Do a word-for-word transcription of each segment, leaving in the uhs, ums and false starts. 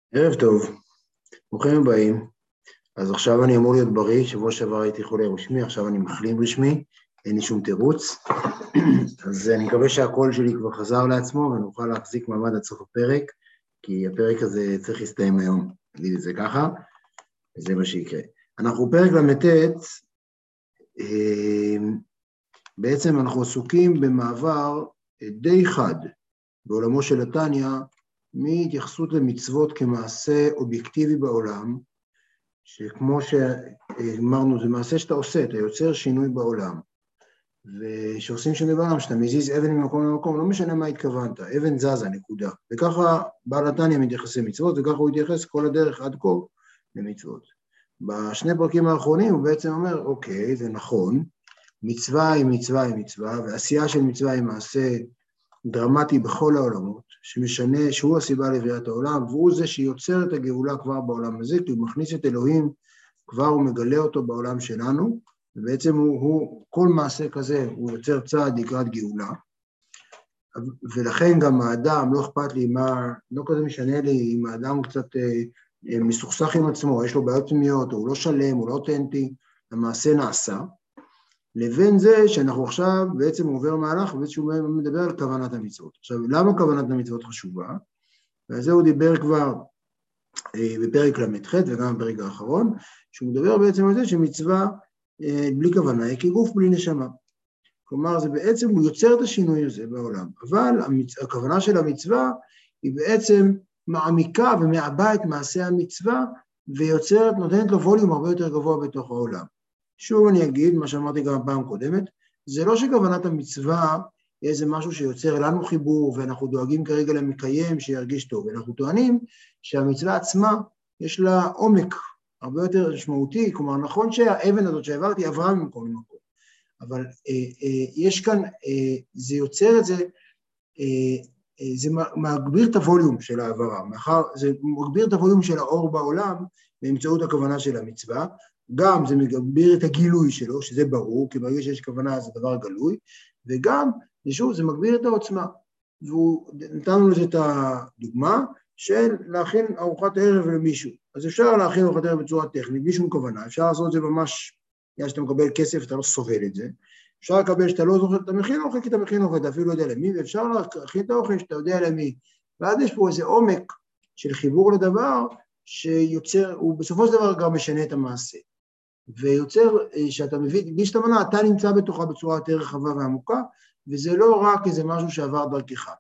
ערב טוב, ברוכים הבאים. אז עכשיו אני אמור להיות בריא, שבוע שעבר הייתי חולה רשמי, עכשיו אני מחלים רשמי, אין לי שום תירוץ. אז אני מקווה שהקול שלי כבר חזר לעצמו, ואני אוכל להחזיק מעמד עד סוף הפרק, כי הפרק הזה צריך להסתיים היום, נגיד את זה ככה, וזה מה שיקרה. אנחנו פרק למתת, בעצם אנחנו עסוקים במעבר די חד, בעולמו של התניא, מהתייחסות למצוות כמעשה אובייקטיבי בעולם, שכמו שאמרנו, זה מעשה שאתה עושה, אתה יוצר שינוי בעולם, ושעושים שינוי בעולם, שאתה מזיז אבן ממקום למקום, לא משנה מה התכוונת, אבן זזה, נקודה. וככה בעל התניא מתייחס למצוות, וככה הוא יתייחס כל הדרך עד כה למצוות. בשני פרקים האחרונים הוא בעצם אומר, אוקיי, זה נכון, מצווה היא מצווה היא מצווה, ועשייה של מצווה היא מעשה דרמטי בכל העולמות, שמשנה, שהוא הסיבה לבריאת העולם, והוא זה שיוצר את הגאולה כבר בעולם הזה, כי הוא מכניס את אלוהים, כבר הוא מגלה אותו בעולם שלנו, ובעצם הוא, הוא כל מעשה כזה, הוא יוצר צעד לקראת גאולה, ולכן גם האדם, לא אכפת לי מה, לא כזה משנה לי אם האדם הוא קצת אה, מסוכסך עם עצמו, יש לו בעיות פנימיות, הוא לא שלם, הוא לא אותנטי, המעשה נעשה, לבין זה שאנחנו עכשיו בעצם עובר מהלך, ובעצם הוא מדבר על כוונת המצוות. עכשיו, למה כוונת המצוות חשובה? ועל זה הוא דיבר כבר אה, בפרק למ"ח וגם בפרק האחרון, שהוא מדבר בעצם על זה שמצווה אה, בלי כוונה היא כגוף בלי נשמה. כלומר, זה בעצם, הוא יוצר את השינוי הזה בעולם, אבל המצ... הכוונה של המצווה היא בעצם מעמיקה ומעבה את מעשה המצווה, ויוצרת, נותנת לו ווליום הרבה יותר גבוה בתוך העולם. שוב אני אגיד, מה שאמרתי גם פעם קודמת, זה לא שכוונת המצווה היא איזה משהו שיוצר לנו חיבור, ואנחנו דואגים כרגע למקיים שירגיש טוב, אנחנו טוענים שהמצווה עצמה יש לה עומק הרבה יותר משמעותי, כלומר נכון שהאבן הזאת שהעברתי עברה ממקום למקום, אבל אה, אה, יש כאן, אה, זה יוצר את זה, אה, אה, זה מגביר את הווליום של העברה, מאחר, זה מגביר את הווליום של האור בעולם, באמצעות הכוונה של המצווה, גם זה מגביר את הגילוי שלו, שזה ברור, כי ברגע שיש כוונה זה דבר גלוי, וגם, שוב, זה מגביר את העוצמה. והוא נתנו לזה את הדוגמה של להכין ארוחת ערב למישהו. אז אפשר להכין ארוחת ערב בצורה טכנית, בלי שום כוונה, אפשר לעשות את זה ממש, אם שאתה מקבל כסף, אתה לא סובל את זה. אפשר לקבל שאתה לא זוכר, אתה מכין אוכל, כי אתה מכין אוכל, אתה אפילו לא יודע למי, ואפשר להכין את האוכל שאתה יודע למי. ואז יש פה איזה עומק של חיבור לדבר, שיוצר, הוא בסופו של דבר גם משנה את המעשה. ויוצר שאתה מביא, בלי שאתה מנה, אתה נמצא בתוכה בצורה יותר רחבה ועמוקה, וזה לא רק איזה משהו שעבר דרכך.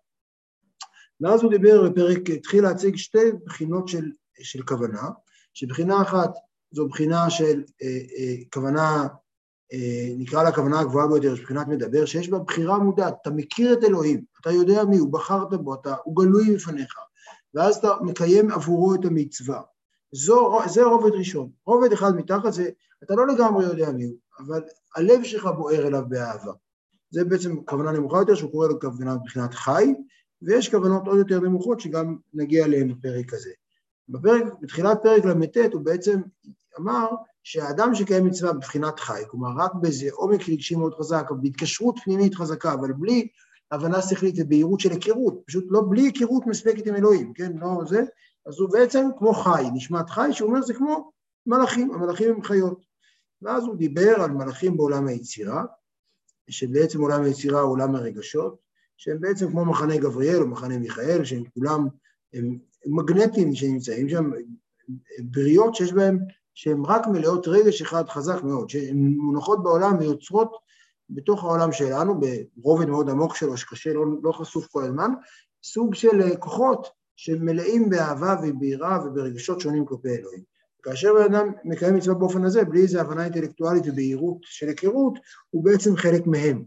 ואז הוא דיבר בפרק, התחיל להציג שתי בחינות של, של כוונה, שבחינה אחת זו בחינה של אה, אה, כוונה, אה, נקרא לה כוונה הגבוהה ביותר, שבחינת מדבר, שיש בה בחירה מודעת, אתה מכיר את אלוהים, אתה יודע מי, הוא בחרת בו, אתה, הוא גלוי בפניך, ואז אתה מקיים עבורו את המצווה. זו, זה רובד ראשון. רובד אחד מתחת זה, אתה לא לגמרי יודע מי הוא, אבל הלב שלך בוער אליו באהבה. זה בעצם כוונה נמוכה יותר, שהוא קורא לו כוונה מבחינת חי, ויש כוונות עוד יותר נמוכות שגם נגיע אליהן בפרק הזה. בפרק, בתחילת פרק למתת הוא בעצם אמר שהאדם שקיים מצווה בבחינת חי, כלומר רק באיזה עומק רגשי מאוד חזק, בהתקשרות פנימית חזקה, אבל בלי הבנה שכלית ובהירות של היכרות, פשוט לא בלי היכרות מספקת עם אלוהים, כן, לא זה, אז הוא בעצם כמו חי, נשמת חי, שהוא אומר זה כמו מלאכים, המלאכים הם חיות. ואז הוא דיבר על מלאכים בעולם היצירה, שבעצם עולם היצירה הוא עולם הרגשות, שהם בעצם כמו מחנה גבריאל או מחנה מיכאל, שהם כולם הם מגנטים שנמצאים שם, בריות שיש בהם, שהן רק מלאות רגש אחד חזק מאוד, שהן מונחות בעולם ויוצרות בתוך העולם שלנו, ברובד מאוד עמוק שלו, שקשה, לא, לא חשוף כל הזמן, סוג של כוחות שמלאים באהבה וביראה וברגשות שונים כלפי אלוהים. כאשר האדם מקיים מצווה באופן הזה, בלי איזו הבנה אינטלקטואלית ובהירות של היכרות, הוא בעצם חלק מהם.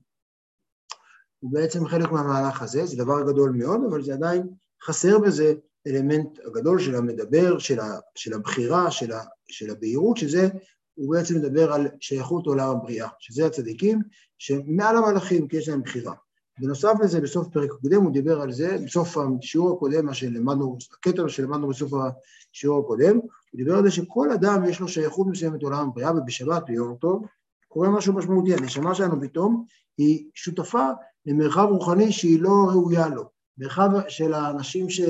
הוא בעצם חלק מהמהלך הזה, זה דבר גדול מאוד, אבל זה עדיין חסר בזה אלמנט הגדול של המדבר, של, ה, של הבחירה, של, ה, של הבהירות, שזה, הוא בעצם מדבר על שייכות עולם הבריאה, שזה הצדיקים, שמעל המלאכים, כי יש להם בחירה. בנוסף לזה, בסוף פרק הקודם, הוא דיבר על זה, בסוף השיעור הקודם, מה שלמדנו, הקטע שלמדנו בסוף השיעור הקודם, הוא דיבר על זה שכל אדם יש לו שייכות מסוימת לעולם הבריאה, ובשבת ביום טוב, קורה משהו משמעותי, הנשמה שלנו פתאום, היא שותפה למרחב רוחני שהיא לא ראויה לו, מרחב של האנשים ש,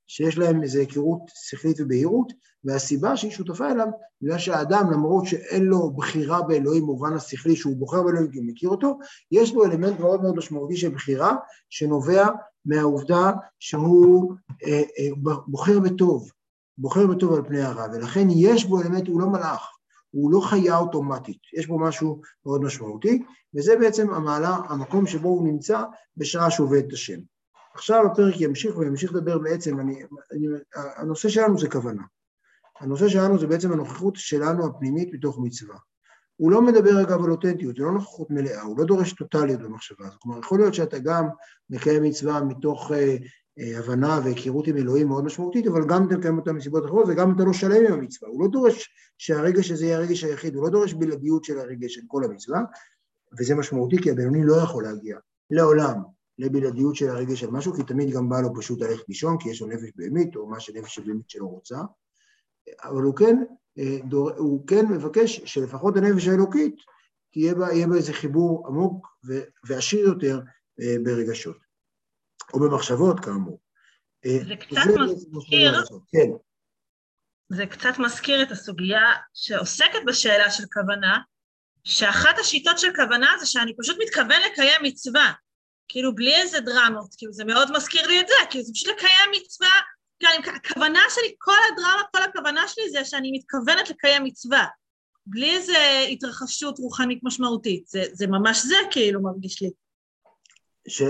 שיש להם איזו היכרות שכלית ובהירות, והסיבה שהיא שותפה אליו, בגלל שהאדם, למרות שאין לו בחירה באלוהים במובן השכלי, שהוא בוחר באלוהים כי הוא מכיר אותו, יש לו אלמנט מאוד מאוד משמעותי של בחירה, שנובע מהעובדה שהוא אה, אה, בוחר בטוב, בוחר בטוב על פני הרע, ולכן יש בו אלמנט, הוא לא מלאך, הוא לא חיה אוטומטית, יש בו משהו מאוד משמעותי, וזה בעצם המעלה, המקום שבו הוא נמצא בשעה שעובד את השם. עכשיו הפרק ימשיך וימשיך לדבר בעצם, אני, אני, הנושא שלנו זה כוונה. הנושא שלנו זה בעצם הנוכחות שלנו הפנימית בתוך מצווה. הוא לא מדבר אגב על אותנטיות, זה לא נוכחות מלאה, הוא לא דורש טוטליות במחשבה. זאת אומרת, יכול להיות שאתה גם מקיים מצווה מתוך אה, אה, הבנה והיכרות עם אלוהים מאוד משמעותית, אבל גם אתה מקיים אותה מסיבות אחרות, וגם אתה לא שלם עם המצווה. הוא לא דורש שהרגש הזה יהיה הרגש היחיד, הוא לא דורש בלעדיות של הרגש של כל המצווה, וזה משמעותי כי הבינוני לא יכול להגיע לעולם לבלעדיות של הרגש של משהו, כי תמיד גם בא לו פשוט ללכת לישון, כי יש לו נפש בהמית, או מה שנפש בהמית שלו רוצה, אבל הוא כן, הוא כן מבקש שלפחות הנפש האלוקית תהיה בה, יהיה בה איזה חיבור עמוק ועשיר יותר ברגשות, או במחשבות כאמור. זה קצת מזכיר, כן. זה קצת מזכיר את הסוגיה שעוסקת בשאלה של כוונה, שאחת השיטות של כוונה זה שאני פשוט מתכוון לקיים מצווה, כאילו בלי איזה דרמות, כאילו זה מאוד מזכיר לי את זה, כאילו זה פשוט לקיים מצווה, כאילו הכוונה שלי, כל הדרמה, כל הכוונה שלי זה שאני מתכוונת לקיים מצווה, בלי איזה התרחשות רוחנית משמעותית, זה, זה ממש זה כאילו מרגיש לי. ש,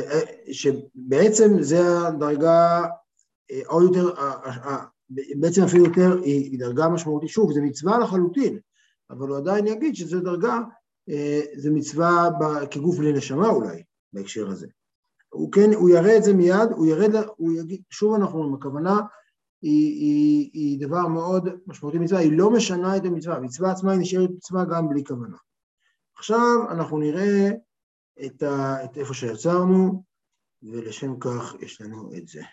שבעצם זה הדרגה, או יותר, בעצם אפילו יותר, היא דרגה משמעותית, שוב, זה מצווה לחלוטין, אבל הוא עדיין יגיד שזו דרגה, זה מצווה כגוף בלי נשמה אולי, בהקשר הזה. הוא כן, הוא יראה את זה מיד, הוא ירד, הוא יגיד, שוב אנחנו אומרים, הכוונה היא, היא, היא דבר מאוד משמעותי מצווה, היא לא משנה את המצווה, המצווה עצמה היא נשארת מצווה גם בלי כוונה. עכשיו אנחנו נראה את, ה, את איפה שיצרנו, ולשם כך יש לנו את זה.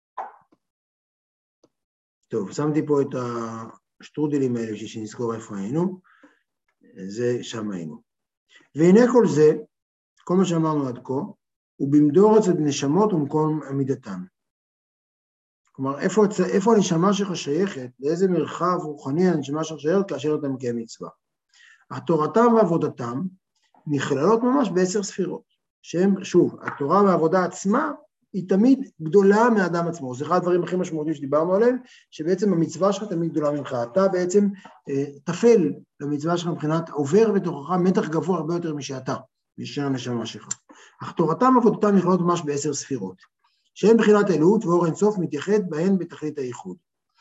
טוב, שמתי פה את השטרודלים האלה בשביל שנזכור איפה היינו, זה שם היינו. והנה כל זה, כל מה שאמרנו עד כה, הוא במדור אצל נשמות ומקום עמידתן. כלומר, איפה, איפה הנשמה שלך שייכת, לאיזה מרחב רוחני הנשמה שלך שייכת כאשר אתה מקיים מצווה. התורתם ועבודתם נכללות ממש בעשר ספירות, שהם, שוב, התורה והעבודה עצמה היא תמיד גדולה מהאדם עצמו. זה אחד הדברים הכי משמעותיים שדיברנו עליהם, שבעצם המצווה שלך תמיד גדולה ממך. אתה בעצם אה, תפל למצווה שלך מבחינת עובר בתוכך מתח גבוה הרבה יותר משאתה, משל הנשמה שלך. אך תורתם ועבודתם נכללות ממש בעשר ספירות, שהן בחינת אלוהות ואור אינסוף מתייחד בהן בתכלית הייחוד.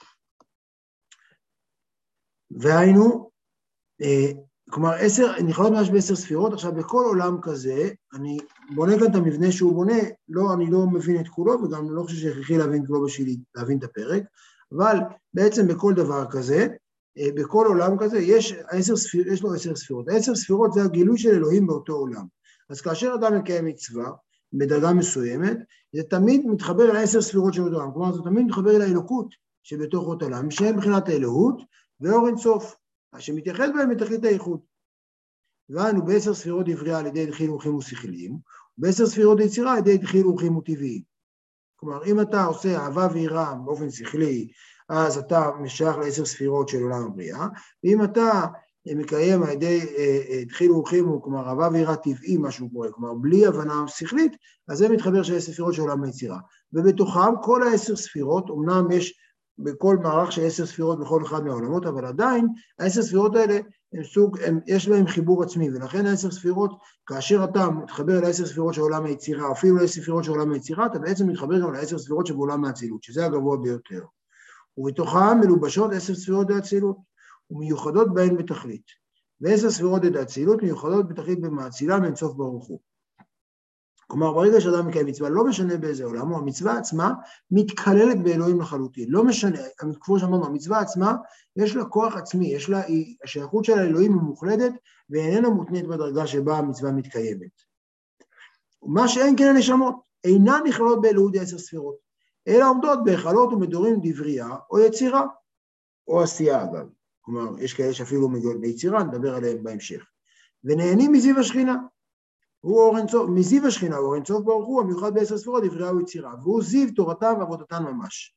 והיינו, אה, כלומר, עשר, נכללות ממש בעשר ספירות. עכשיו, בכל עולם כזה, אני בונה כאן את המבנה שהוא בונה, לא, אני לא מבין את כולו, וגם לא חושב שהכרחי להבין כולו בשביל להבין את הפרק, אבל בעצם בכל דבר כזה, בכל עולם כזה, יש, עשר ספיר, יש לו עשר ספירות. העשר ספירות זה הגילוי של אלוהים באותו עולם. אז כאשר אדם מקיים מצווה, בדרגה מסוימת, זה תמיד מתחבר אל העשר ספירות של אותו עולם, כלומר, זה תמיד מתחבר אל האלוקות שבתוך אותו עולם, שהן מבחינת האלוהות ואור אינסוף, שמתייחד בהם בתכלית הייחוד. והיינו בעשר ספירות עברייה על ידי דחילו ורחימו ושכליים, ובעשר ספירות יצירה על ידי דחילו ורחימו וטבעיים. כלומר, אם אתה עושה אהבה ויראה באופן שכלי, אז אתה משייך לעשר ספירות של עולם הבריאה, ואם אתה מקיים על ידי דחילו ורחימו, כלומר אהבה ויראה טבעי, משהו קורה, כלומר בלי הבנה שכלית, אז זה מתחבר של עשר ספירות של עולם היצירה. ובתוכם כל העשר ספירות, אמנם יש בכל מערך של עשר ספירות בכל אחד מהעולמות, אבל עדיין העשר ספירות האלה הם סוג, הם, יש להם חיבור עצמי, ולכן העשר ספירות, כאשר אתה מתחבר לעשר ספירות של עולם היצירה, או אפילו לעשר ספירות של עולם היצירה, אתה בעצם מתחבר גם לעשר ספירות שבעולם האצילות, שזה הגבוה ביותר. ובתוכם מלובשות עשר ספירות האצילות, ומיוחדות בהן בתכלית. ועשר ספירות האצילות מיוחדות בתכלית במאצילה מאינסוף ברוך הוא. כלומר, ברגע שאדם מקיים מצווה, לא משנה באיזה עולם, המצווה עצמה מתכללת באלוהים לחלוטין, לא משנה, כמו שאמרנו, המצווה עצמה, יש לה כוח עצמי, יש לה, השייכות של האלוהים היא מוחלטת, ואיננה מותנית בדרגה שבה המצווה מתקיימת. ומה שאין כן הנשמות, אינן נכללות באלוהות עשר ספירות, אלא עומדות בהיכלות ומדורים דברייה, או יצירה, או עשייה אגב. כלומר, יש כאלה שאפילו מגיעות ביצירה, נדבר עליהם בהמשך. ונהנים מזיו השכינה. הוא אור אינסוף, מזיו השכינה, אור אינסוף ברוך הוא, המיוחד בעשר ספירות, דברייה ויצירה, והוא זיו תורתם ועבודתם ממש.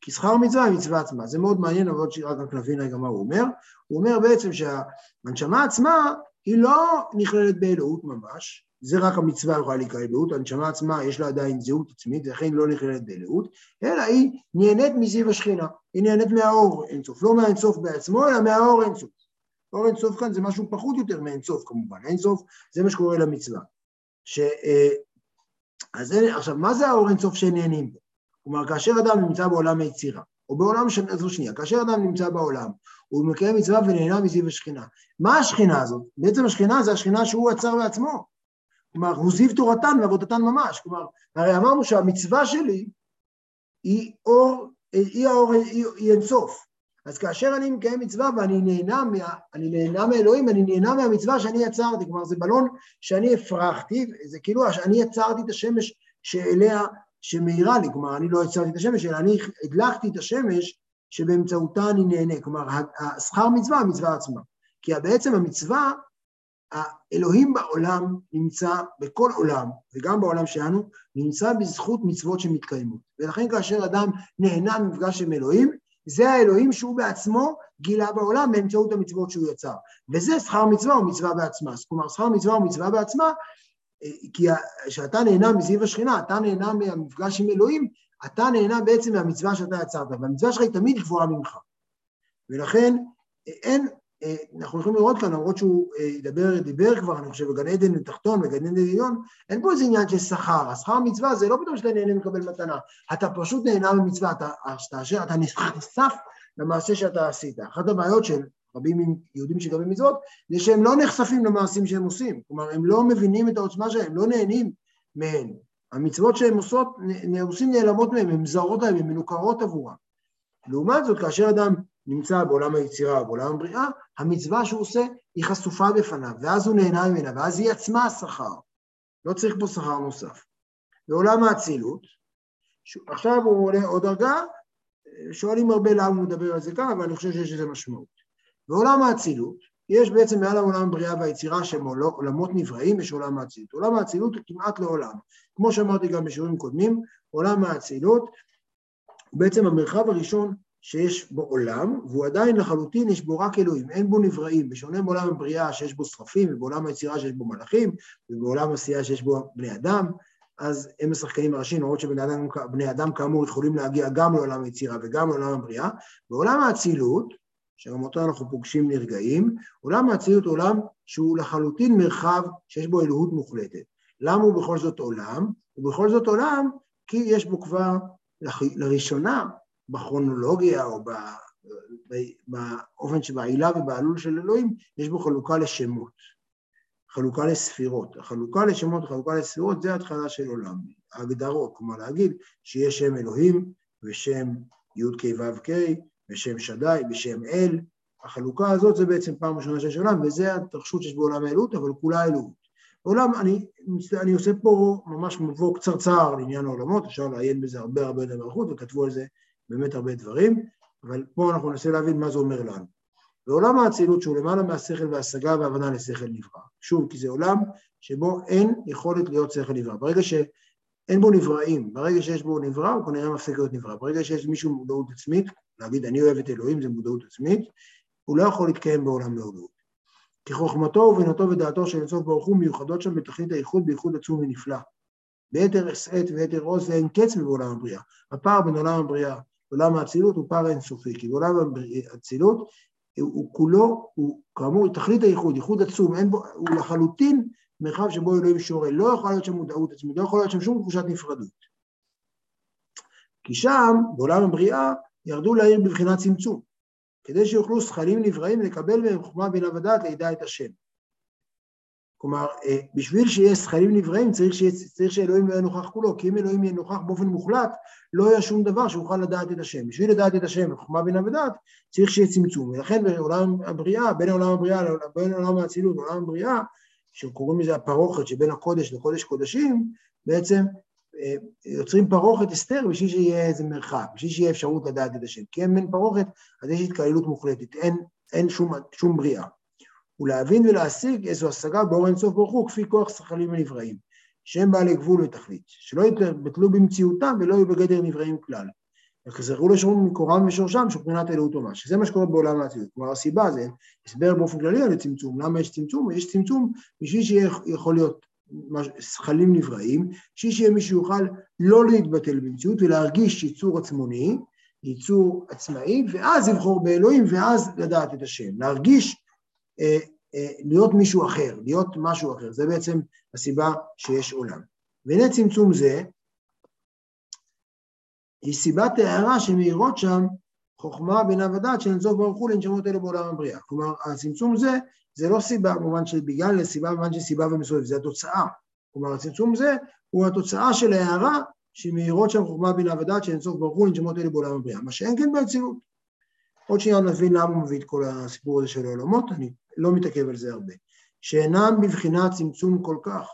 כי שכר מצווה היא מצווה עצמה. זה מאוד מעניין, אבל רק נבין רגע מה הוא אומר. הוא אומר בעצם שהנשמה עצמה היא לא נכללת באלוהות ממש, זה רק המצווה יכולה להיקרא אלוהות, הנשמה עצמה יש לה עדיין זהות עצמית, לכן לא נכללת באלוהות, אלא היא נהנית מזיו השכינה, היא נהנית מהאור אינסוף, לא מהאינסוף בעצמו, אלא מהאור אינסוף. האור אינסוף כאן זה משהו פחות יותר מאינסוף כמובן, אינסוף זה מה שקורה למצווה. ש, אז עכשיו, מה זה האור אינסוף שנהנים בו? כלומר, כאשר אדם נמצא בעולם היצירה, או בעולם זו שנייה, כאשר אדם נמצא בעולם, הוא מקיים מצווה ונהנה מזיו השכינה. מה השכינה הזאת? בעצם השכינה זה השכינה שהוא עצר בעצמו. כלומר, הוא זיו תורתן ועבודתן ממש. כלומר, הרי אמרנו שהמצווה שלי היא אור, היא האור, היא, היא אינסוף. אז כאשר אני מקיים מצווה ואני נהנה, מה, אני נהנה מאלוהים, אני נהנה מהמצווה שאני יצרתי. כלומר, זה בלון שאני הפרחתי, זה כאילו אני יצרתי את השמש שאליה, שמאירה לי. כלומר, אני לא יצרתי את השמש, אלא אני הדלקתי את השמש שבאמצעותה אני נהנה. כלומר, השכר מצווה, המצווה עצמה. כי בעצם המצווה, האלוהים בעולם נמצא בכל עולם, וגם בעולם שלנו, נמצא בזכות מצוות שמתקיימות. ולכן כאשר אדם נהנה ממפגש עם אלוהים, זה האלוהים שהוא בעצמו גילה בעולם באמצעות המצוות שהוא יצר. וזה שכר מצווה או מצווה בעצמה. כלומר, שכר מצווה או מצווה בעצמה, כי כשאתה נהנה מזיו השכינה, אתה נהנה מהמפגש עם אלוהים, אתה נהנה בעצם מהמצווה שאתה יצרת, והמצווה שלך היא תמיד גבוהה ממך. ולכן אין, אנחנו יכולים לראות כאן, למרות שהוא ידבר, דיבר כבר, אני חושב, בגן עדן לתחתון, בגן עדן עליון, אין פה איזה עניין של שכר. השכר מצווה זה לא פתאום שאתה נהנה מקבל מתנה, אתה פשוט נהנה ממצווה, אתה, אתה, אתה נחשף למעשה שאתה עשית. אחת הבעיות של רבים יהודים שקיימים מצוות, זה שהם לא נחשפים למעשים שהם עושים, כלומר, הם לא מבינים את העוצמה שלהם, הם לא נהנים מהן. המצוות שהם עושות, עושים נעלמות מהם, הן זרות להם, הן מנוכרות עבורם. לעומת זאת, כאשר אדם נמצא בעולם היצירה, בעולם הבריאה, המצווה שהוא עושה היא חשופה בפניו, ואז הוא נהנה ממנה, ואז היא עצמה השכר. לא צריך פה שכר נוסף. בעולם האצילות, עכשיו הוא עולה עוד דרגה, שואלים הרבה למה הוא מדבר על זה כאן, אבל אני חושב שיש לזה משמעות. בעולם האצילות, יש בעצם מעל העולם הבריאה והיצירה שהם עולמות נבראים, יש עולם האצילות. עולם האצילות הוא כמעט לעולם. כמו שאמרתי גם בשיעורים קודמים, עולם האצילות הוא בעצם המרחב הראשון שיש בו עולם, והוא עדיין לחלוטין יש בו רק אלוהים, אין בו נבראים, בשונה בעולם הבריאה שיש בו שרפים, ובעולם היצירה שיש בו מלאכים, ובעולם העשייה שיש בו בני אדם, אז הם השחקנים הראשיים, למרות שבני אדם, בני אדם כאמור יכולים להגיע גם לעולם היצירה וגם לעולם הבריאה. בעולם האצילות, שגם אותו אנחנו פוגשים נרגעים, עולם האצילות הוא עולם שהוא לחלוטין מרחב שיש בו אלוהות מוחלטת. למה הוא בכל זאת עולם? הוא בכל זאת עולם כי יש בו כבר לראשונה, בכרונולוגיה או באופן שבעילה ובעלול של אלוהים, יש בו חלוקה לשמות, חלוקה לספירות. החלוקה לשמות, חלוקה לספירות, זה התחלה של עולם. ההגדרות, כלומר להגיד שיש שם אלוהים ושם י' כ' ו' כ' ושם שדי ושם אל. החלוקה הזאת זה בעצם פעם ראשונה של עולם, וזה התרחשות שיש בעולם האלוהות, אבל כולה אלוהות. בעולם, אני, אני עושה פה ממש מבוא קצרצר לעניין העולמות, אפשר לעיין בזה הרבה הרבה דברכות, וכתבו על זה באמת הרבה דברים, אבל פה אנחנו ננסה להבין מה זה אומר לנו. בעולם האצילות שהוא למעלה מהשכל וההשגה והבנה לשכל נברא. שוב, כי זה עולם שבו אין יכולת להיות שכל נברא. ברגע שאין בו נבראים, ברגע שיש בו נברא, הוא כנראה מפסיק להיות נברא. ברגע שיש מישהו מודעות עצמית, להגיד אני אוהב את אלוהים, זה מודעות עצמית, הוא לא יכול להתקיים בעולם להודות. כי חוכמתו ובינתו ודעתו של אינסוף ברוך הוא מיוחדות שם בתכלית הייחוד, בייחוד עצום ונפלא. ביתר עשאת ויתר עוז ואין קץ בעולם הבריאה. הפער בין עולם הבריאה לעולם האצילות הוא פער אינסופי, כי בעולם האצילות הוא, הוא כולו, הוא כאמור תכלית הייחוד, ייחוד עצום, אין בו, הוא לחלוטין מרחב שבו אלוהים שורה, לא יכול להיות שם מודעות עצמית, לא יכול להיות שם שום תחושת נפרדות. כי שם, בעולם הבריאה, ירדו לעיר בבחינת צמצום, כדי שיוכלו שכלים נבראים לקבל מהם חוכמה בינה ודעת לידע את השם. כלומר, בשביל שיהיה שכלים נבראים, צריך, צריך שאלוהים לא יהיה נוכח כולו, כי אם אלוהים יהיה נוכח באופן מוחלט, לא יהיה שום דבר שאוכל לדעת את השם. בשביל לדעת את השם, חוכמה בינה ודעת, צריך שיהיה צמצום. ולכן בעולם הבריאה, בין עולם הבריאה, בין עולם האצילות, עולם הבריאה, שקוראים לזה הפרוכת שבין הקודש לקודש קודשים, בעצם יוצרים פרוכת אסתר בשביל שיהיה איזה מרחק, בשביל שיהיה אפשרות לדעת את השם. כי אין בין פרוכת, אז יש התקללות מוחלטת, אין, אין שום, שום בריאה. ולהבין ולהשיג איזו השגה באור אינסוף ברוך הוא, כפי כוח שכלים ונבראים, שהם בעלי גבול ותכלית, שלא יתבטלו במציאותם ולא יהיו בגדר נבראים כלל. חזרו לשום מקורם ושורשם, שמבחינת אלוהות ממש. זה מה שקורה בעולם האצילות. כלומר, הסיבה זה, הסבר באופן כללי על הצמצום. למה יש צמצום? יש צמצום בשביל שיכול להיות שכלים נבראים, בשביל שיהיה מישהו יוכל לא להתבטל במציאות, ולהרגיש יצור עצמוני, יצור עצמאי, ואז לבחור באלוהים, ואז לדעת את השם. להרגיש, אה, אה, להיות מישהו אחר, להיות משהו אחר. זה בעצם הסיבה שיש עולם. והנה צמצום זה, היא סיבת הערה שמאירות שם חוכמה בינה ודעת של אינסוף ברוך הוא לנשמות אלה בעולם הבריאה. כלומר, הצמצום זה, זה לא סיבה במובן של בגלל, זה סיבה במובן של סיבה ומסובב, זה התוצאה. כלומר, הצמצום זה הוא התוצאה של הערה שמאירות שם חוכמה בינה ודעת של אינסוף ברוך הוא לנשמות אלה בעולם הבריאה. מה שאין כן באצילות. עוד שנייה נבין למה הוא מביא את כל הסיפור הזה של העולמות, אני לא מתעכב על זה הרבה. שאינם בבחינת צמצום כל כך.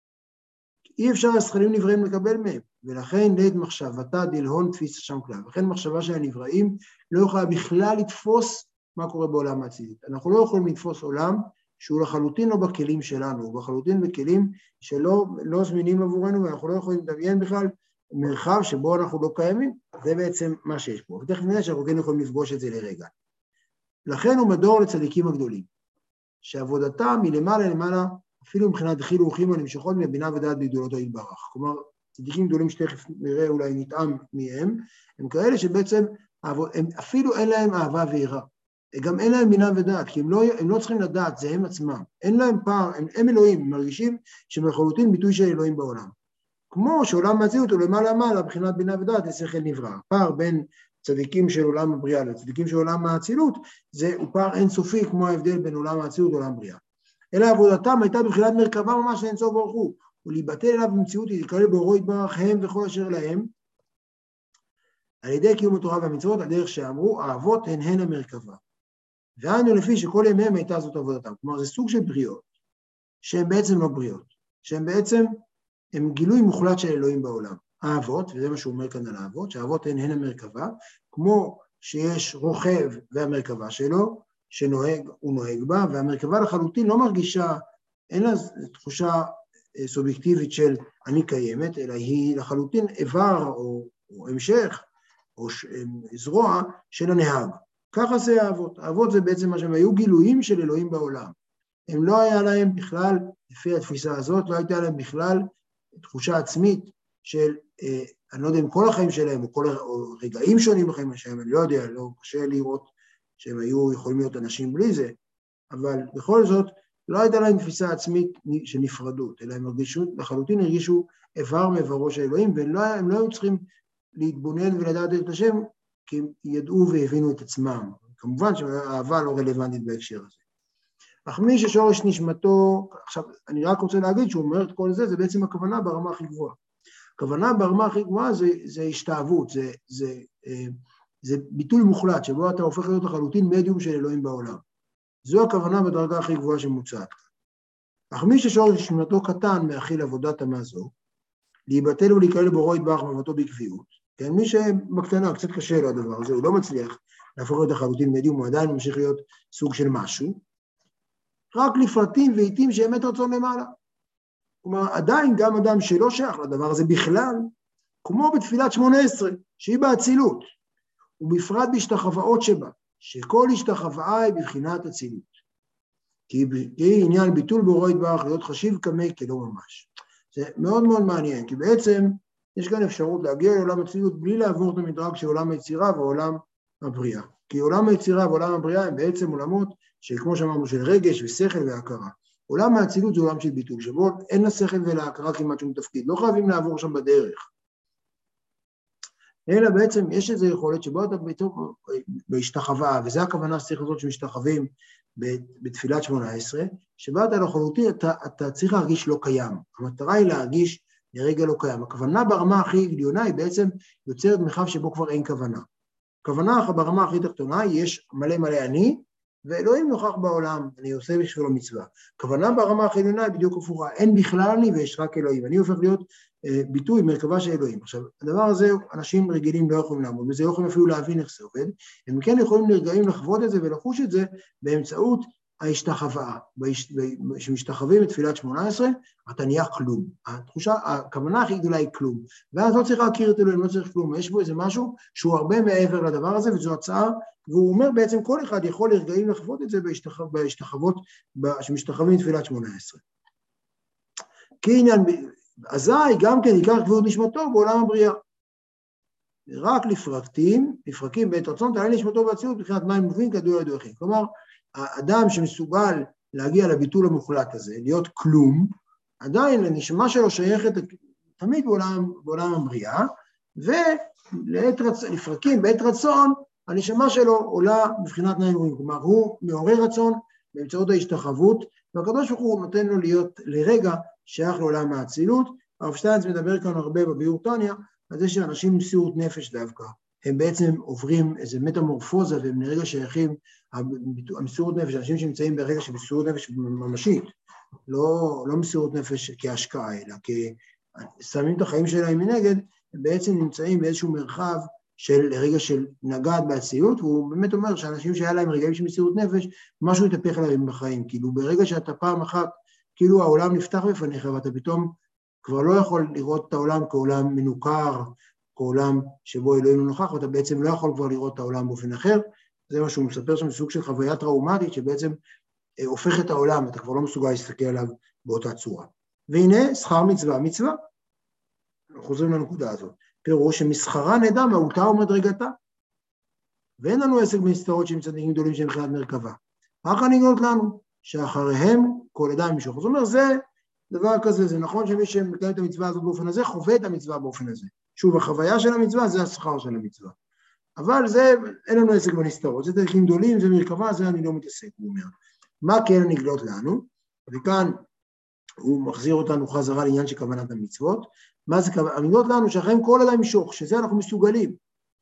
אי אפשר השכלים נבראים לקבל מהם, ולכן לית מחשבתה דלהון תפיס שם כלל. לכן מחשבה של הנבראים לא יכולה בכלל לתפוס מה קורה בעולם האצילות. אנחנו לא יכולים לתפוס עולם שהוא לחלוטין לא בכלים שלנו, הוא לחלוטין בכלים שלא לא זמינים עבורנו, ואנחנו לא יכולים לדמיין בכלל מרחב שבו אנחנו לא קיימים. זה בעצם מה שיש פה. ותכף נראה שאנחנו כן יכולים לפגוש את זה לרגע. לכן הוא מדור לצדיקים הגדולים, שעבודתם מלמעלה למעלה, אפילו מבחינת חילוכים הנמשכות מהבינה ודעת בגדולתו יתברך. כלומר, צדיקים גדולים שתכף נראה אולי נטעם מהם, הם כאלה שבעצם הם אפילו אין להם אהבה ויראה. גם אין להם בינה ודעת, כי הם לא, הם לא צריכים לדעת, זה הם עצמם. אין להם פער, הם, הם אלוהים, הם מרגישים שמחלוטין ביטוי של אלוהים בעולם. כמו שעולם האצילות הוא למעלה מעלה, מבחינת בינה ודעת, לשכל נברא. פער בין צדיקים של עולם הבריאה לצדיקים של עולם האצילות, זה הוא פער אינסופי כמו ההבדל בין עולם האצילות ועולם הבריאה. אלא עבודתם הייתה בבחינת מרכבה ממש לאינסוף ברוך הוא, ולהיבטל אליו במציאות, להתקרב באורו יתברך הם וכל אשר להם, על ידי קיום התורה והמצוות, על דרך שאמרו, האבות הן הן המרכבה. ואנו לפי שכל ימיהם הייתה זאת עבודתם. כלומר, זה סוג של בריאות, שהן בעצם לא בריאות, שהן בעצם, הם גילוי מוחלט של אלוהים בעולם. האבות, וזה מה שהוא אומר כאן על האבות, שהאבות הן הן המרכבה, כמו שיש רוכב והמרכבה שלו, שנוהג, הוא נוהג בה, והמרכבה לחלוטין לא מרגישה, אין לה תחושה סובייקטיבית של אני קיימת, אלא היא לחלוטין איבר או, או המשך, או ש, זרוע של הנהג. ככה זה האבות. האבות זה בעצם מה שהם היו גילויים של אלוהים בעולם. הם לא היה להם בכלל, לפי התפיסה הזאת, לא הייתה להם בכלל תחושה עצמית של, אה, אני לא יודע אם כל החיים שלהם, או, כל, או רגעים שונים בחיים שלהם, אני לא יודע, לא קשה לראות שהם היו יכולים להיות אנשים בלי זה, אבל בכל זאת, לא הייתה להם תפיסה עצמית של נפרדות, אלא הם הרגישו, לחלוטין הרגישו איבר מאיברו של אלוהים, והם לא, לא היו צריכים להתבונן ולדעת את השם, כי הם ידעו והבינו את עצמם. כמובן שהאהבה לא רלוונטית בהקשר הזה. אך מי ששורש נשמתו, עכשיו אני רק רוצה להגיד שהוא אומר את כל זה, זה בעצם הכוונה ברמה הכי גבוהה. הכוונה ברמה הכי גבוהה זה, זה השתאבות, זה, זה, זה ביטוי מוחלט, שבו אתה הופך להיות לחלוטין מדיום של אלוהים בעולם. זו הכוונה בדרגה הכי גבוהה שמוצעת. אך מי ששורש נשמתו קטן מאכיל עבודת מה זו, להיבטל ולהיקרא בורו יתברך מעבודתו בקביעות, כן, מי שבקטנה קצת קשה לו הדבר הזה, הוא לא מצליח להפוך להיות לחלוטין מדיום, הוא עדיין ממשיך להיות סוג של משהו, רק לפרטים ועיתים שאמת רצון למעלה. כלומר, עדיין גם אדם שלא שייך לדבר הזה בכלל, כמו בתפילת שמונה עשרה, שהיא באצילות, ובפרט בהשתחוואות שבה, שכל השתחוואה היא בבחינת אצילות. כי היא עניין ביטול בורו יתברך להיות חשיב כמי כלא ממש. זה מאוד מאוד מעניין, כי בעצם יש כאן אפשרות להגיע לעולם האצילות בלי לעבור את המדרג של עולם היצירה ועולם הבריאה. כי עולם היצירה ועולם הבריאה הם בעצם עולמות שכמו שאמרנו של רגש ושכל והכרה. עולם האצילות זה עולם של ביטול, שבו אין לשכל ולהכרה כמעט שום תפקיד, לא חייבים לעבור שם בדרך. אלא בעצם יש איזו יכולת שבו אתה בהשתחווה, וזו הכוונה שצריך לעשות שמשתחווים בתפילת שמונה עשרה, שבה אתה לחלוטין, אתה, אתה צריך להרגיש לא קיים. המטרה היא להרגיש לרגע לא קיים. הכוונה ברמה הכי עליונה היא בעצם יוצרת מרחב שבו כבר אין כוונה. הכוונה ברמה הכי תחתונה, יש מלא מלא אני, ואלוהים נוכח בעולם, אני עושה בשבילו מצווה. הכוונה ברמה הכי עליונה היא בדיוק הפוכה, אין בכלל אני ויש רק אלוהים. אני הופך להיות אה, ביטוי, מרכבה של אלוהים. עכשיו, הדבר הזה, אנשים רגילים לא יכולים לעמוד, וזה לא יכולים אפילו להבין איך זה עובד, הם כן יכולים לרגעים לחוות את זה ולחוש את זה באמצעות ההשתחוואה, כשמשתחווים בתפילת שמונה עשרה, אתה נהיה כלום. התחושה, הכוונה הכי גדולה היא כלום. ואז לא צריך להכיר את אלוהים, לא צריך כלום. יש בו איזה משהו שהוא הרבה מעבר לדבר הזה, וזו הצעה, והוא אומר בעצם כל אחד יכול לרגעים לחוות את זה בהשתחוות, שמשתחווים בתפילת שמונה עשרה. כי עניין, אזי גם כן עיקר כבוד נשמתו בעולם הבריאה. רק לפרקים, לפרקים בעת רצון, תעלה נשמתו באצילות, מבחינת מים מובין כדור ידוע אחים. כלומר, האדם שמסוגל להגיע לביטול המוחלט הזה, להיות כלום, עדיין הנשמה שלו שייכת תמיד בעולם, בעולם הבריאה, ולפרקים בעת רצון, הנשמה שלו עולה מבחינת מים מובין. כלומר, הוא מעורר רצון באמצעות ההשתחוות, והקדוש ברוך הוא נותן לו להיות לרגע שייך לעולם האצילות. הרב שטיינץ מדבר כאן הרבה בביאור תניא, על זה שאנשים עם מסירות נפש דווקא, הם בעצם עוברים איזו מטמורפוזה, והם לרגע שייכים, המסירות נפש, אנשים שנמצאים ברגע של מסירות נפש ממשית, לא, לא מסירות נפש כהשקעה, אלא כששמים את החיים שלהם מנגד, הם בעצם נמצאים באיזשהו מרחב של רגע של נגעת באצילות, והוא באמת אומר שאנשים שהיה להם רגעים של מסירות נפש, משהו יתהפך עליהם בחיים, כאילו ברגע שאתה פעם אחת, כאילו העולם נפתח בפניך, ואתה פתאום כבר לא יכול לראות את העולם כעולם מנוכר, כעולם שבו אלוהים לא נוכח, ואתה בעצם לא יכול כבר לראות את העולם באופן אחר. זה מה שהוא מספר שם, סוג של חוויה טראומטית, שבעצם אה, הופך את העולם, אתה כבר לא מסוגל להסתכל עליו באותה צורה. והנה, שכר מצווה, מצווה. חוזרים לנקודה הזאת. פירוש שמסחרה נדע מהותה ומדרגתה. ואין לנו עסק במסתרות שהם צדיקים גדולים שהם מבחינת מרכבה. רק הנגלות לנו, שאחריהם כל אדם ימשוך. זאת אומרת, זה דבר כזה, זה נכון שמי שמקיים את המצווה הזאת באופן הזה, חווה את המצווה באופן הזה. שוב, החוויה של המצווה זה השכר של המצווה. אבל זה, אין לנו עסק בנסתרות, זה תהליכים גדולים, זה מרכבה, זה אני לא מתעסק, הוא אומר. מה כן הנגלות לנו? וכאן הוא מחזיר אותנו חזרה לעניין של כוונת המצוות. מה זה כוונת? הנגלות לנו שאחריהם כל אדם ימשוך, שזה אנחנו מסוגלים.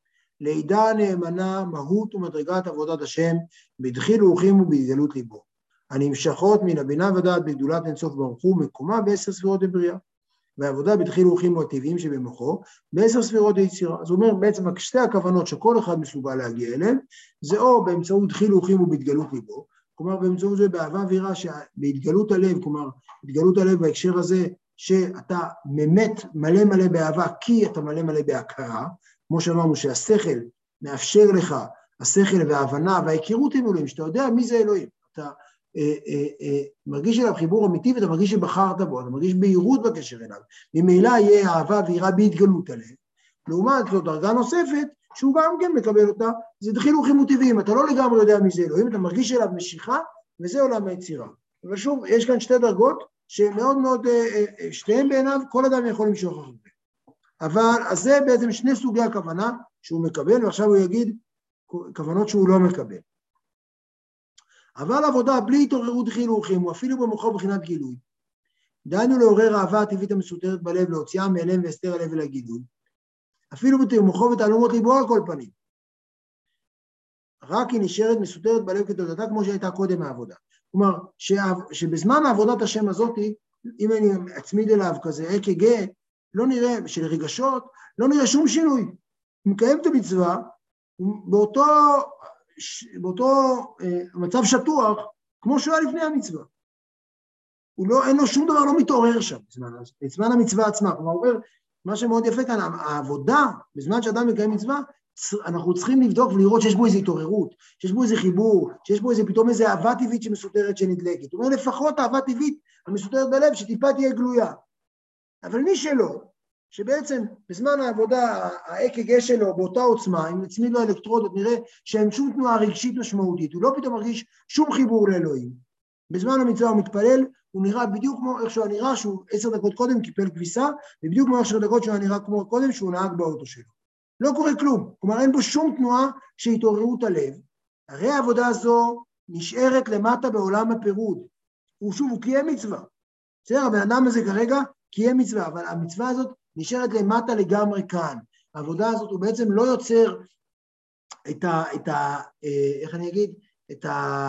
לידע נאמנה, מהות ומדרגת עבודת השם, בדחיל ורוחים ובהתגלות ליבו. הנמשכות מן הבינה ודעת בגדולת אינסוף ברוך הוא, מקומה בעשר ספירות לבריאה. והעבודה בדחיל ורוחים הוא הטבעיים שבמוחו, בעשר ספירות ליצירה. זאת אומרת, בעצם שתי הכוונות שכל אחד מסוגל להגיע אליהן, זה או באמצעות דחיל ורוחים ובהתגלות ליבו, כלומר באמצעות זה באהבה ויראה, בהתגלות הלב, כלומר, התגלות הלב בהקשר הזה, שאתה באמת מלא מלא באהבה, כי אתה מלא מלא בהכרה, כמו שאמרנו שהשכל מאפשר לך, השכל וההבנה וההיכרות עם אלוהים, שאתה יודע מי זה אלוהים, אתה אה, אה, אה, מרגיש אליו חיבור אמיתי, ואתה מרגיש שבחרת בו, אתה מרגיש בהירות בקשר אליו, ממילא יהיה אהבה ויראה בהתגלות הלב, לעומת זאת דרגה נוספת, שהוא גם כן מקבל אותה, זה דחיל ורוחים וטבעיים, אתה לא לגמרי יודע מי זה אלוהים, אתה מרגיש אליו משיכה, וזה עולם היצירה. אבל שוב, יש כאן שתי דרגות, שמאוד מאוד, שתיהן בעיניו, כל אדם יכול למשוך אחרי. אבל, אז זה בעצם שני סוגי הכוונה שהוא מקבל, ועכשיו הוא יגיד כוונות שהוא לא מקבל. אבל עבודה בלי התעוררות דחיל ורוחים, הוא אפילו במוחו בחינת גילוי. דהיינו לעורר אהבה הטבעית המסותרת בלב, להוציאה מאליהם והסתר הלב אל הגילוי. אפילו במוחו ותעלומות ליבו על כל פנים. רק היא נשארת מסותרת בלב כתודתה כמו שהייתה קודם העבודה. כלומר, שבזמן העבודת השם הזאת, אם אני אצמיד אליו כזה אק"ג, לא נראה, של רגשות, לא נראה שום שינוי. הוא מקיים את המצווה, באותו, באותו אה, מצב שטוח, כמו שהוא היה לפני המצווה. הוא לא, אין לו שום דבר לא מתעורר שם, בזמן, בזמן המצווה עצמה. כלומר, הוא אומר, מה שמאוד יפה כאן, העבודה, בזמן שאדם מקיים מצווה, אנחנו צריכים לבדוק ולראות שיש בו איזו התעוררות, שיש בו איזה חיבור, שיש בו איזה, פתאום איזו אהבה טבעית שמסותרת שנדלקת. הוא אומר, לפחות אהבה טבעית המסותרת בלב, שטיפה תהיה גלויה. אבל מי שלא, שבעצם בזמן העבודה, ה-אק"ג שלו באותה עוצמה, אם נצמיד לו אלקטרודות, נראה שאין שום תנועה רגשית משמעותית, הוא לא פתאום מרגיש שום חיבור לאלוהים. בזמן המצווה הוא מתפלל, הוא נראה בדיוק כמו איך שהוא נראה, שהוא עשר דקות קודם קיפל כביסה, ובדיוק כמו עשר דקות שהוא נראה כמו קודם, שהוא נהג באוטו שלו. לא קורה כלום, כלומר אין בו שום תנועה שהתעוררות הלב. הרי העבודה הזו נשארת למטה בעולם הפירוד. הוא שוב, הוא קיים מצווה. בסדר, הבן אדם הזה כרגע קיים מצווה, אבל המצווה הזאת נשארת למטה לגמרי כאן. העבודה הזאת הוא בעצם לא יוצר את ה... את ה איך אני אגיד? את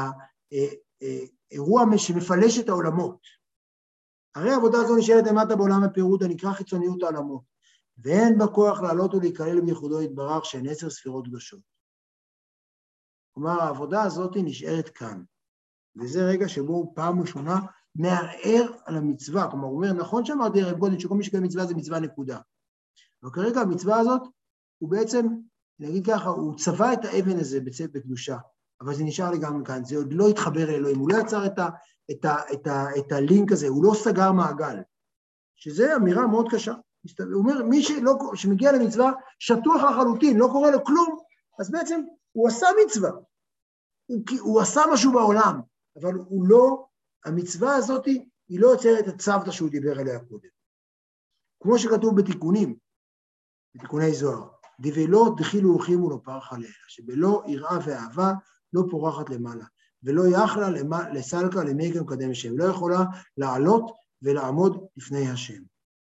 האירוע שמפלש את העולמות. הרי העבודה הזו נשארת למטה בעולם הפירוד, הנקרא חיצוניות העולמות. ואין בכוח לעלות ולהיכלל בייחודו יתברך שהן עשר ספירות קדושות. כלומר, העבודה הזאת נשארת כאן. וזה רגע שבו הוא פעם ראשונה מערער על המצווה, כלומר הוא אומר, נכון שאמרתי ערב קודם שכל מי שקיים מצווה זה מצווה נקודה, אבל כרגע המצווה הזאת, הוא בעצם, נגיד ככה, הוא צבע את האבן הזה בצאת בקדושה, אבל זה נשאר לגמרי כאן, זה עוד לא התחבר לאלוהים, הוא לא יצר את, ה, את, ה, את, ה, את הלינק הזה, הוא לא סגר מעגל, שזה אמירה מאוד קשה. הוא אומר, מי שלא, שמגיע למצווה שטוח לחלוטין, לא קורה לו כלום, אז בעצם הוא עשה מצווה, הוא, הוא עשה משהו בעולם, אבל הוא לא, המצווה הזאת היא לא יוצרת את הצוותא שהוא דיבר עליה קודם. כמו שכתוב בתיקונים, בתיקוני זוהר, דבלא דחילו ורחימו לא פרחה לאלה, שבלא יראה ואהבה לא פורחת למעלה, ולא יכלה לסלקה למקם קדם השם, לא יכולה לעלות ולעמוד לפני השם.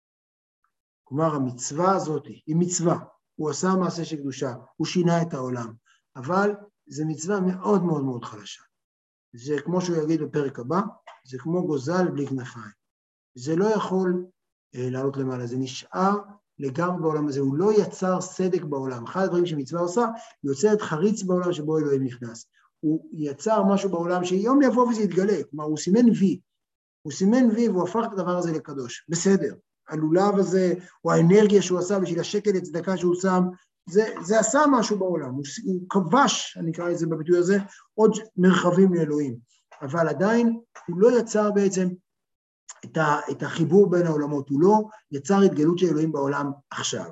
כלומר, המצווה הזאת היא מצווה, הוא עשה מעשה של קדושה, הוא שינה את העולם, אבל זו מצווה מאוד מאוד מאוד חלשה. זה כמו שהוא יגיד בפרק הבא, זה כמו גוזל בלי כנפיים. זה לא יכול אה, לעלות למעלה, זה נשאר לגמרי בעולם הזה, הוא לא יצר סדק בעולם. אחד הדברים שמצווה עושה, היא יוצרת חריץ בעולם שבו אלוהים נכנס. הוא יצר משהו בעולם שיום יבוא וזה יתגלה, כלומר הוא סימן וי, הוא סימן וי והוא הפך את הדבר הזה לקדוש. בסדר, הלולב הזה, או האנרגיה שהוא עשה בשביל השקל הצדקה שהוא שם, זה, זה עשה משהו בעולם, הוא, הוא כבש, אני אקרא את זה בביטוי הזה, עוד מרחבים לאלוהים, אבל עדיין הוא לא יצר בעצם את, ה, את החיבור בין העולמות, הוא לא יצר התגלות של אלוהים בעולם עכשיו,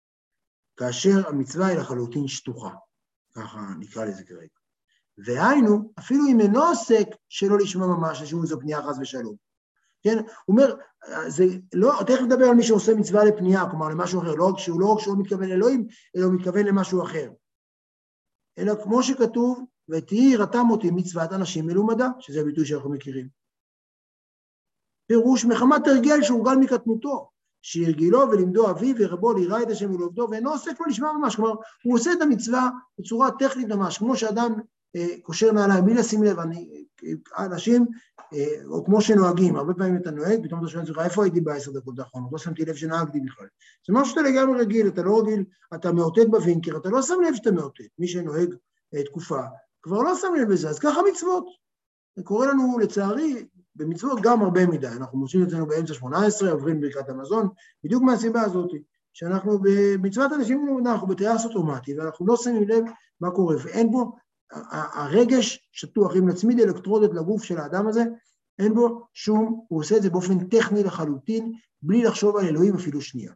כאשר המצווה היא לחלוטין שטוחה, ככה נקרא לזה כרגע. והיינו, אפילו אם אינו עוסק שלא לשמה ממש, שהוא זו פנייה חס ושלום. כן? הוא אומר, זה לא, תכף נדבר על מי שעושה מצווה לפנייה, כלומר למשהו אחר, לא, שהוא לא רק שהוא מתכוון לאלוהים, אלא הוא מתכוון למשהו אחר. אלא כמו שכתוב, ותהי רתם אותי מצוות אנשים מלומדה, שזה הביטוי שאנחנו מכירים. פירוש מחמת הרגל שהורגל מקטנותו, שהרגילו ולמדו אביו ורבו ליראה את השם ולעובדו, ואינו עוסק לו לשמה ממש, כלומר, הוא עושה את המצווה בצורה טכנית ממש, כמו שאדם אה, קושר נעליים, בלי לשים לב, אני, אנשים, אה, או כמו שנוהגים, הרבה פעמים אתה נוהג, פתאום אתה שואל לך, איפה הייתי בעשר דקות האחרונות? לא שמתי לב שנהגתי בכלל. זה משהו שאתה לגמרי רגיל, אתה לא רגיל, אתה מאותת בווינקר, אתה לא שם לב שאתה מאותת, מי שנוהג אה, תקופה, כבר לא שם לב בזה, אז ככה מצוות. זה קורה לנו לצערי, במצוות גם הרבה מדי, אנחנו מוצאים אצלנו באמצע שמונה עשרה, עוברים ברכת המזון, בדיוק מהסיבה הזאת, שאנחנו במצוות אנשים, אנחנו בטייס אוטומטי, ואנחנו לא שמים לב מה קורה, ואין בו, הרגש שטוח, אם נצמיד אלקטרודות לגוף של האדם הזה, אין בו שום, הוא עושה את זה באופן טכני לחלוטין, בלי לחשוב על אלוהים אפילו שנייה.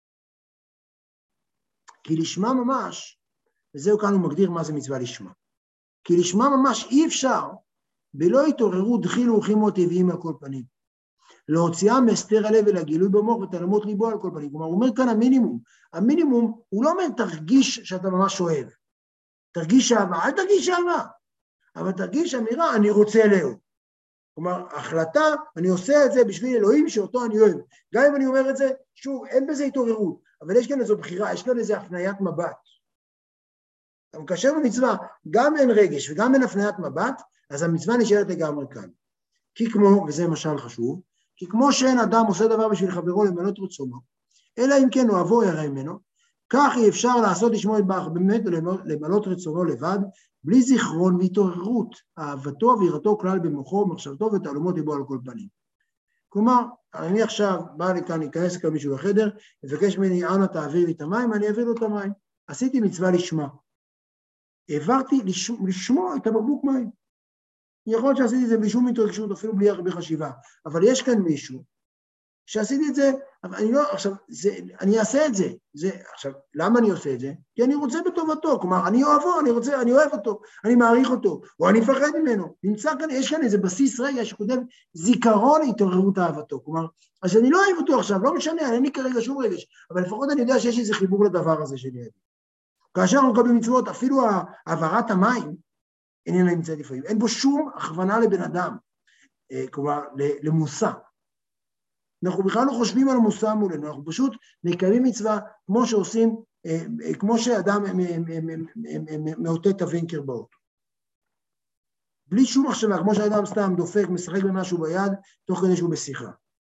כי לשמה ממש, וזהו כאן הוא מגדיר מה זה מצווה לשמה, כי לשמה ממש אי אפשר, בלא התעוררו דחילו ורחימו טבעיים על כל פנים. להוציאה מהסתר הלב ולגילוי במוח ותלמות ליבו על כל פנים. כלומר, הוא אומר כאן המינימום. המינימום, הוא לא אומר תרגיש שאתה ממש אוהב. תרגיש אהבה, אל תרגיש אהבה. אבל תרגיש אמירה, אני רוצה לאהוב. כלומר, החלטה, אני עושה את זה בשביל אלוהים שאותו אני אוהב. גם אם אני אומר את זה, שוב, אין בזה התעוררות. אבל יש כאן איזו בחירה, יש כאן איזו הפניית מבט. כאשר במצווה גם אין רגש וגם אין הפניית מבט, אז המצווה נשארת לגמרי כאן. כי כמו, וזה משל חשוב, כי כמו שאין אדם עושה דבר בשביל חברו למנות רצונו, אלא אם כן אוהבו ירא ממנו, כך אי אפשר לעשות לשמו יתברך באמת למנות רצונו לבד, בלי זיכרון והתעוררות, אהבתו ויראתו כלל במוחו ומחשבתו ותעלומות ליבו על כל פנים. כלומר, אני עכשיו בא לכאן, ניכנס כאן מישהו לחדר, מבקש ממני, אנא תעביר לי את המים, אני אעביר לו את המים. עשיתי מצווה לשמה. העברתי לשמוע את הבקבוק מים. יכול להיות שעשיתי את זה בלי שום התרגשות, אפילו בלי הרבה חשיבה, אבל יש כאן מישהו שעשיתי את זה, אבל אני לא, עכשיו, זה, אני אעשה את זה, זה, עכשיו, למה אני עושה את זה? כי אני רוצה בטובתו, כלומר, אני אוהבו, אני רוצה, אני אוהב אותו, אני מעריך אותו, או אני מפחד ממנו, נמצא כאן, יש כאן איזה בסיס רגע שקודם זיכרון התעוררות אהבתו, כלומר, אז אני לא אוהב אותו עכשיו, לא משנה, אין לי כרגע שום רגש, אבל לפחות אני יודע שיש איזה חיבור לדבר הזה שלי. כאשר אנחנו מקבלים מצוות, אפילו העברת המים, איננה נמצאת לפעמים, אין בו שום הכוונה לבן אדם, כלומר, למוסע. אנחנו בכלל לא חושבים על המוסע מולנו, אנחנו פשוט מקיימים מצווה כמו שעושים, כמו שאדם מאותת הווינקר באוטו. בלי שום מחשבה, כמו שאדם סתם דופק, משחק במשהו ביד, תוך כדי שהוא בשיחה.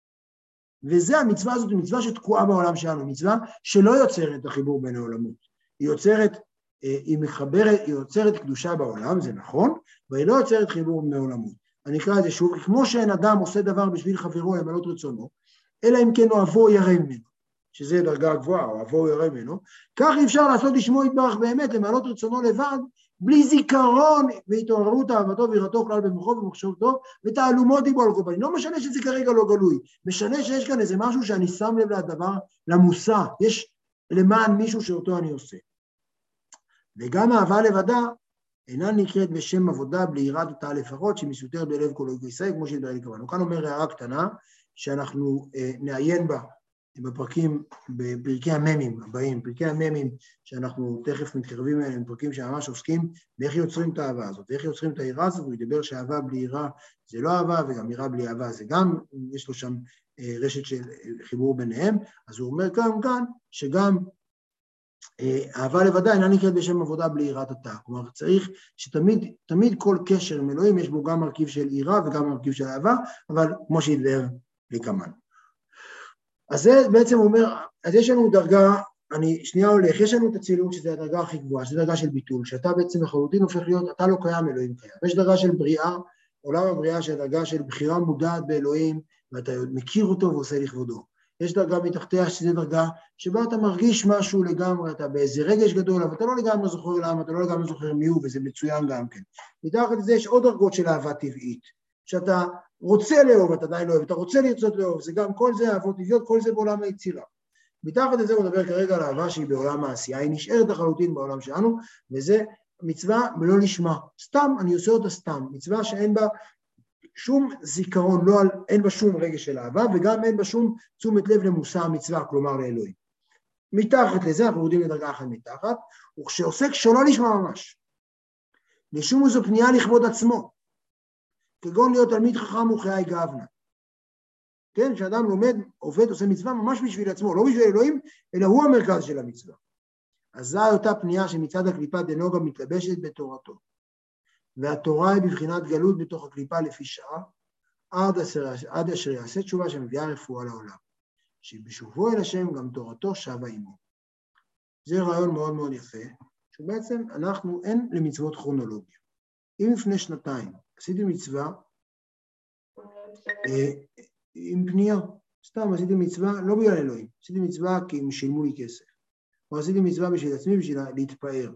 וזה המצווה הזאת, היא מצווה שתקועה בעולם שלנו, מצווה שלא יוצרת את החיבור בין העולמות. היא יוצרת, היא מחברת, היא יוצרת קדושה בעולם, זה נכון, והיא לא יוצרת חיבור בין העולמות. אני אקרא את זה שוב, כמו שאין אדם עושה דבר בשביל חברו למלות רצונו, אלא אם כן אוהבו ירא ממנו, שזה דרגה גבוהה, אוהבו ירא ממנו, כך אפשר לעשות לשמו יתברך באמת, למלות רצונו לבד, בלי זיכרון והתעוררות אהבתו ויראתו כלל במוחו ומחשבתו, ותעלומות דיבו על כל פנים. לא משנה שזה כרגע לא גלוי, משנה שיש כאן איזה משהו שאני שם לב לדבר, למושא, יש למען מישהו שאותו אני עושה. וגם אהבה לבדה, אינה נקראת בשם עבודה בלי יראת אותה לפחות, שמסותרת בלב כל אוהב ישראל, כמו שהתברר לכוון. כאן אומר הערה קטנה, שאנחנו אה, נעיין בה בפרקים, בפרקי הממים הבאים, פרקי הממים שאנחנו תכף מתקרבים אליהם, פרקים שממש עוסקים באיך יוצרים את האהבה הזאת, ואיך יוצרים את היראה הזאת, הוא ידבר שאהבה בלי יראה זה לא אהבה, וגם יראה בלי אהבה זה גם, יש לו שם אה, רשת של חיבור ביניהם, אז הוא אומר כאן, כאן שגם אהבה לבדה אינה נקראת בשם עבודה בלי יראת התא. כלומר, צריך שתמיד, תמיד כל קשר עם אלוהים יש בו גם מרכיב של יראה וגם מרכיב של אהבה, אבל כמו שהתבאר לקמן. אז זה בעצם אומר, אז יש לנו דרגה, אני שנייה הולך, יש לנו את הצילות שזה הדרגה הכי גבוהה, שזה דרגה של ביטול, שאתה בעצם לחלוטין הופך להיות, אתה לא קיים, אלוהים קיים. יש דרגה של בריאה, עולם הבריאה של דרגה של בחירה מודעת באלוהים, ואתה מכיר אותו ועושה לכבודו. יש דרגה מתחתיה, שזו דרגה שבה אתה מרגיש משהו לגמרי, אתה באיזה רגש גדול, אבל אתה לא לגמרי זוכר למה, אתה לא לגמרי זוכר מי הוא, וזה מצוין גם כן. מתחת לזה יש עוד דרגות של אהבה טבעית, שאתה רוצה לאהוב, אתה עדיין לא אוהב, אתה רוצה לרצות לאהוב, זה גם כל זה אהבות טבעיות, כל זה בעולם היצירה. מתחת לזה הוא מדבר כרגע על אהבה שהיא בעולם העשייה, היא נשארת לחלוטין בעולם שלנו, וזה מצווה בלא לשמה. סתם, אני עושה אותה סתם, מצווה שאין בה שום זיכרון, לא, אין בה שום רגש של אהבה, וגם אין בה שום תשומת לב למושא המצווה, כלומר לאלוהים. מתחת לזה, אנחנו יודעים לדרגה אחת מתחת, וכשעוסק שלא לשמה ממש, לשום זו פנייה לכבוד עצמו, כגון להיות תלמיד חכם וחיי גאוונה. כן, שאדם לומד, עובד, עושה מצווה ממש בשביל עצמו, לא בשביל אלוהים, אלא הוא המרכז של המצווה. אז זו אותה פנייה שמצד הקליפה דנוגה מתלבשת בתורתו. והתורה היא בבחינת גלות בתוך הקליפה לפי שעה, עד אשר, עד אשר יעשה תשובה שמביאה רפואה לעולם. שבשובו אל השם גם תורתו שווה עמו. זה רעיון מאוד מאוד יפה, שבעצם אנחנו, אין למצוות כרונולוגיה. אם לפני שנתיים עשיתי מצווה, אה, עם פנייה, סתם עשיתי מצווה, לא בגלל אלוהים, עשיתי מצווה כי הם שילמו לי כסף, או עשיתי מצווה בשביל עצמי, בשביל להתפאר.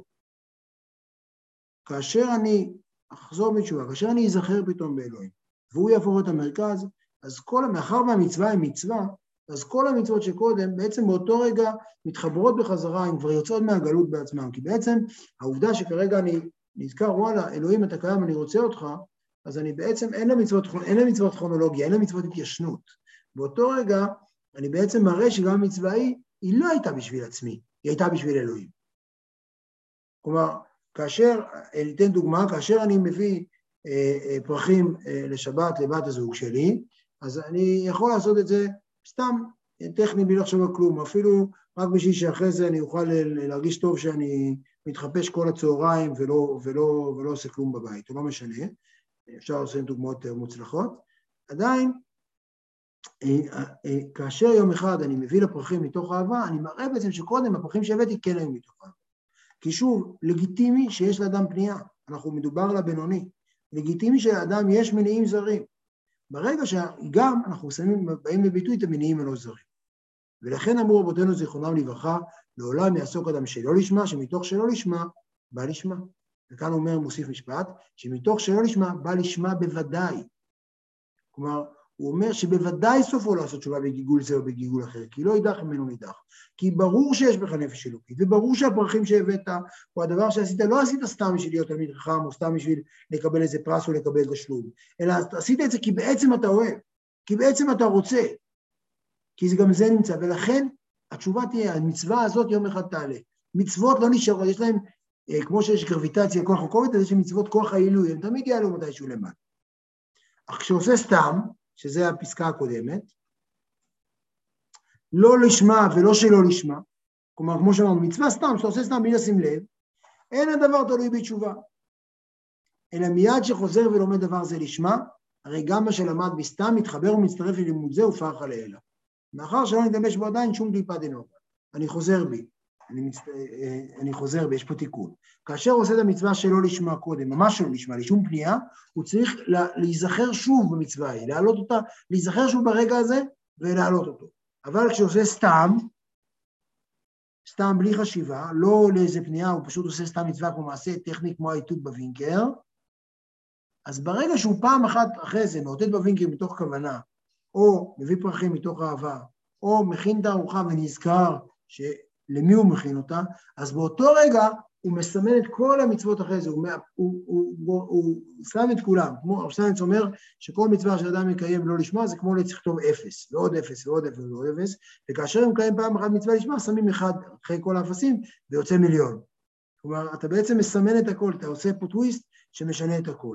כאשר אני אחזור בתשובה, כאשר אני אזכר פתאום באלוהים, והוא יהפוך את המרכז, אז כל, מאחר והמצווה היא מצווה, אז כל המצוות שקודם בעצם באותו רגע מתחברות בחזרה, הן כבר יוצאות מהגלות בעצמם, כי בעצם העובדה שכרגע אני נזכר, וואלה, אלוהים אתה קיים, אני רוצה אותך, אז אני בעצם, אין לה מצוות, אין לה מצוות כרונולוגיה, אין לה מצוות התיישנות. באותו רגע אני בעצם מראה שגם המצווה היא, היא לא הייתה בשביל עצמי, היא הייתה בשביל אלוהים. כלומר, כאשר, ניתן דוגמה, כאשר אני מביא אה, אה, פרחים אה, לשבת לבת הזוג שלי, אז אני יכול לעשות את זה סתם, טכני בלי לחשוב על כלום, אפילו רק בשביל שאחרי זה אני אוכל להרגיש טוב שאני מתחפש כל הצהריים ולא, ולא, ולא עושה כלום בבית, לא משנה, אפשר לעשות דוגמאות מוצלחות. עדיין, כאשר יום אחד אני מביא לפרחים מתוך אהבה, אני מראה בעצם שקודם הפרחים שהבאתי כן היו מתוך אהבה. כי שוב, לגיטימי שיש לאדם פנייה, אנחנו מדובר על הבינוני, לגיטימי שלאדם יש מניעים זרים. ברגע שגם אנחנו שמים, באים לביטוי את המניעים הלא זרים. ולכן אמרו רבותינו זיכרונם לברכה, לעולם יעסוק אדם שלא לשמה, שמתוך שלא לשמה, בא לשמה. וכאן אומר מוסיף משפט, שמתוך שלא לשמה, בא לשמה בוודאי. כלומר, הוא אומר שבוודאי סופו לעשות תשובה בגיגול זה או בגיגול אחר, כי לא ידח ממנו נידח. כי ברור שיש בך נפש אלוקית, וברור שהפרחים שהבאת, או הדבר שעשית, לא עשית סתם בשביל להיות תלמיד חכם, או סתם בשביל לקבל איזה פרס או לקבל תשלום, אלא עשית את זה כי בעצם אתה אוהב, כי בעצם אתה רוצה, כי זה גם זה נמצא, ולכן התשובה תהיה, המצווה הזאת יום אחד תעלה. מצוות לא נשארות, יש להם, כמו שיש גרביטציה, כוח חוקרת, אז יש מצוות כוח העילוי, הם תמיד יעלו מתישהו למעלה. אך כשעושה סתם, שזה הפסקה הקודמת, לא לשמה ולא שלא לשמה, כלומר, כמו שאמרנו, מצווה סתם, שאתה עושה סתם בלי לשים לב, אין הדבר תלוי בתשובה. אלא מיד שחוזר ולומד דבר זה לשמה, הרי גם מה שלמד בסתם מתחבר ומצטרף ללימוד זה ופרחה לאלה. מאחר שלא נדמש בו עדיין שום קליפה דנוגה. אני חוזר בי. אני, מצ... אני חוזר ויש פה תיקון. כאשר הוא עושה את המצווה שלא לשמה קודם, ממש לא לשמה, לשום פנייה, הוא צריך לה... להיזכר שוב במצווה היא, להעלות אותה, להיזכר שוב ברגע הזה ולהעלות אותו. אבל כשהוא עושה סתם, סתם בלי חשיבה, לא לאיזה פנייה, הוא פשוט עושה סתם מצווה כמו מעשה טכני כמו העיתות בווינקר, אז ברגע שהוא פעם אחת אחרי זה מעוטט בווינקר מתוך כוונה, או מביא פרחים מתוך אהבה, או מכין את הארוחה ונזכר שלמי הוא מכין אותה, אז באותו רגע הוא מסמן את כל המצוות אחרי זה, הוא, הוא, הוא, הוא, הוא שם את כולם, כמו הרב אומר שכל מצווה שאדם מקיים לא לשמה, זה כמו לכתוב אפס, ועוד אפס, ועוד אפס, ועוד אפס, וכאשר הם מקיים פעם אחת מצווה לשמה, שמים אחד אחרי כל האפסים, ויוצא מיליון. כלומר, אתה בעצם מסמן את הכל, אתה עושה פה טוויסט שמשנה את הכל.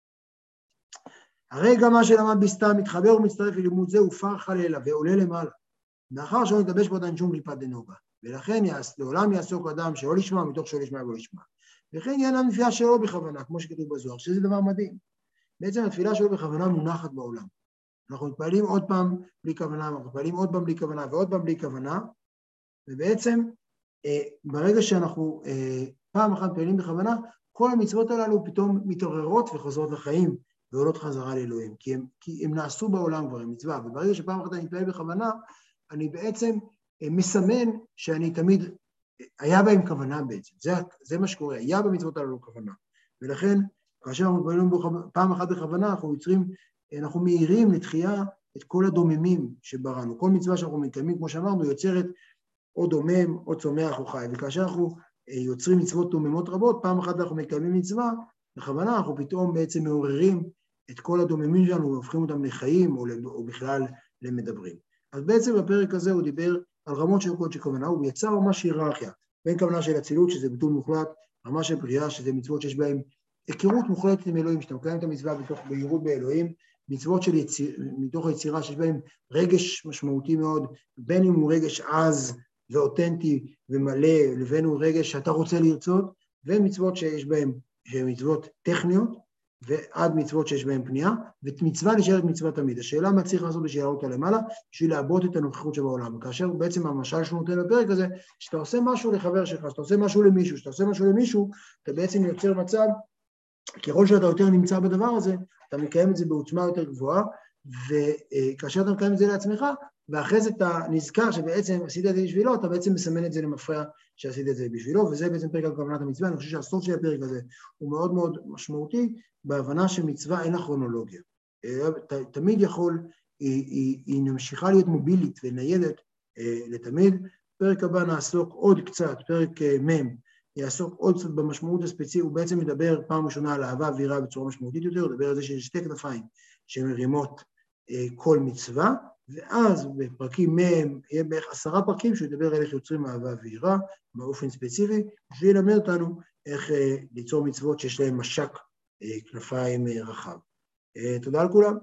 הרי גם מה שלמד בסתם מתחבר ומצטרף ללימוד זה ופר חלילה ועולה למעלה. מאחר שלא נתלבש בו עדיין שום קליפת דנוגה. ולכן יעש, לעולם יעסוק אדם שלא לשמה מתוך שלא לשמה ולא לשמה. וכן יהיה הנפילה שלו בכוונה, כמו שכתוב בזוהר, שזה דבר מדהים. בעצם התפילה שלו בכוונה מונחת בעולם. אנחנו מתפעלים עוד פעם בלי כוונה, אנחנו מתפעלים עוד פעם בלי כוונה ועוד פעם בלי כוונה, ובעצם אה, ברגע שאנחנו אה, פעם אחת מתפעלים בכוונה, כל המצוות הללו פתאום מתעוררות וחוזרות לחיים, ועולות חזרה לאלוהים, כי הם, כי הם נעשו בעולם כבר, הם מצווה, וברגע שפעם אחת אני מתפעל בכוונה, אני בעצם מסמן שאני תמיד, היה בהם כוונה בעצם, זה, זה מה שקורה, היה במצוות הללו כוונה, ולכן, כאשר אנחנו מתפעלים פעם אחת בכוונה, אנחנו יוצרים, אנחנו מאירים לתחייה את כל הדוממים שבראנו, כל מצווה שאנחנו מקיימים, כמו שאמרנו, יוצרת או דומם, או צומח, או חי, וכאשר אנחנו יוצרים מצוות דוממות רבות, פעם אחת אנחנו מקיימים מצווה, בכוונה אנחנו פתאום בעצם מעוררים את כל הדוממים שלנו, והופכים אותם לחיים, או, או בכלל למדברים. אז בעצם בפרק הזה הוא דיבר על רמות של קודש הכוונה, הוא יצר ממש היררכיה, בין כוונה של אצילות, שזה ביטול מוחלט, רמה של בריאה, שזה מצוות שיש בהן היכרות מוחלטת עם אלוהים, שאתה מקיים את המצווה בתוך בהירות באלוהים, מצוות של יציר, מתוך היצירה שיש בהן רגש משמעותי מאוד, בין אם הוא רגש עז ואותנטי ומלא, לבין הוא רגש שאתה רוצה לרצות, ומצוות שיש בהן שהן מצוות טכניות, ועד מצוות שיש בהן פנייה, ומצווה נשארת מצווה תמיד. השאלה מה צריך לעשות בשביל אותה למעלה, בשביל לעבוד את הנוכחות שבעולם. וכאשר בעצם המשל שהוא נותן בפרק הזה, שאתה עושה משהו לחבר שלך, שאתה עושה משהו למישהו, שאתה עושה משהו למישהו, אתה בעצם יוצר מצב, ככל שאתה יותר נמצא בדבר הזה, אתה מקיים את זה בעוצמה יותר גבוהה, וכאשר אתה מקיים את זה לעצמך, ואחרי זה אתה נזכר שבעצם עשית את זה בשבילו, אתה בעצם מסמן את זה למפרע שעשית את זה בשבילו, וזה בעצם פרק על כוונת המצווה. אני חושב שהסוף של הפרק הזה הוא מאוד מאוד משמעותי, בהבנה שמצווה אין לה כרונולוגיה. תמיד יכול, היא, היא, היא ממשיכה להיות מובילית וניידת לתמיד. פרק הבא נעסוק עוד קצת, פרק מ' יעסוק עוד קצת במשמעות הספציפית, הוא בעצם מדבר פעם ראשונה על אהבה ויראה בצורה משמעותית יותר, הוא מדבר על זה שיש שתי כנפיים שמרימות כל מצווה, ואז בפרקים מהם יהיה בערך עשרה פרקים שהוא ידבר על איך יוצרים אהבה ויראה באופן ספציפי, בשביל ללמד אותנו איך ליצור מצוות שיש להם משק כנפיים רחב. תודה לכולם.